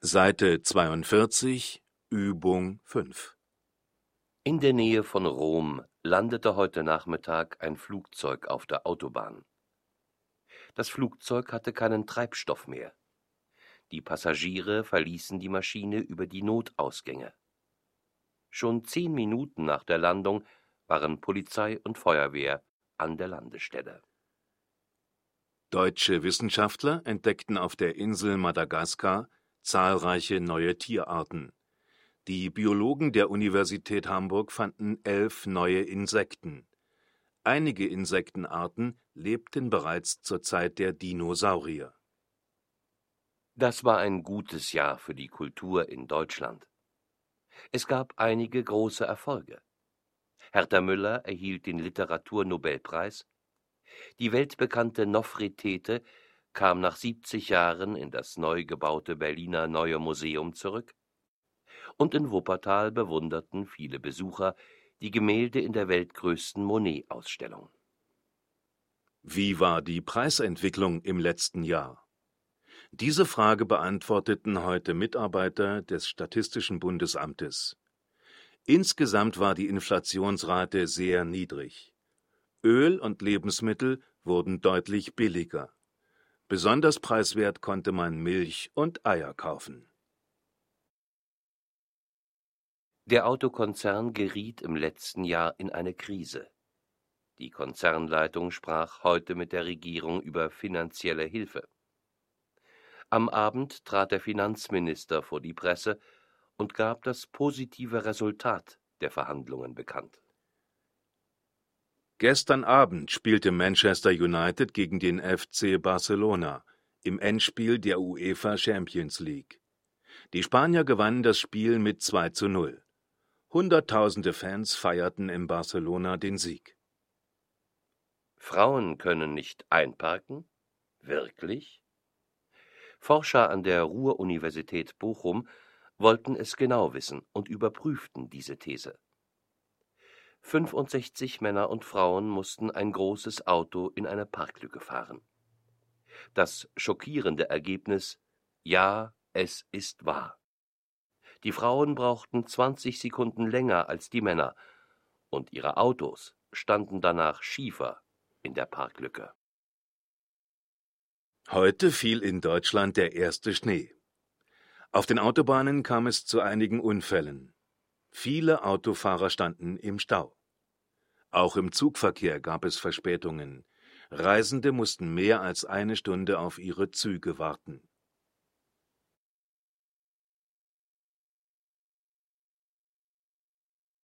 Seite 42, Übung 5. In der Nähe von Rom landete heute Nachmittag ein Flugzeug auf der Autobahn. Das Flugzeug hatte keinen Treibstoff mehr. Die Passagiere verließen die Maschine über die Notausgänge. Schon 10 Minuten nach der Landung waren Polizei und Feuerwehr an der Landestelle. Deutsche Wissenschaftler entdeckten auf der Insel Madagaskar zahlreiche neue Tierarten. Die Biologen der Universität Hamburg fanden 11 neue Insekten. Einige Insektenarten lebten bereits zur Zeit der Dinosaurier. Das war ein gutes Jahr für die Kultur in Deutschland. Es gab einige große Erfolge. Hertha Müller erhielt den Literaturnobelpreis. Die weltbekannte Nofretete kam nach 70 Jahren in das neu gebaute Berliner Neue Museum zurück. Und in Wuppertal bewunderten viele Besucher die Gemälde in der weltgrößten Monet-Ausstellung. Wie war die Preisentwicklung im letzten Jahr? Diese Frage beantworteten heute Mitarbeiter des Statistischen Bundesamtes. Insgesamt war die Inflationsrate sehr niedrig. Öl und Lebensmittel wurden deutlich billiger. Besonders preiswert konnte man Milch und Eier kaufen. Der Autokonzern geriet im letzten Jahr in eine Krise. Die Konzernleitung sprach heute mit der Regierung über finanzielle Hilfe. Am Abend trat der Finanzminister vor die Presse und gab das positive Resultat der Verhandlungen bekannt. Gestern Abend spielte Manchester United gegen den FC Barcelona im Endspiel der UEFA Champions League. Die Spanier gewannen das Spiel mit 2:0. Hunderttausende Fans feierten in Barcelona den Sieg. Frauen können nicht einparken? Wirklich? Forscher an der Ruhr-Universität Bochum wollten es genau wissen und überprüften diese These. 65 Männer und Frauen mussten ein großes Auto in eine Parklücke fahren. Das schockierende Ergebnis: Ja, es ist wahr. Die Frauen brauchten 20 Sekunden länger als die Männer, und ihre Autos standen danach schiefer in der Parklücke. Heute fiel in Deutschland der erste Schnee. Auf den Autobahnen kam es zu einigen Unfällen. Viele Autofahrer standen im Stau. Auch im Zugverkehr gab es Verspätungen. Reisende mussten mehr als eine Stunde auf ihre Züge warten.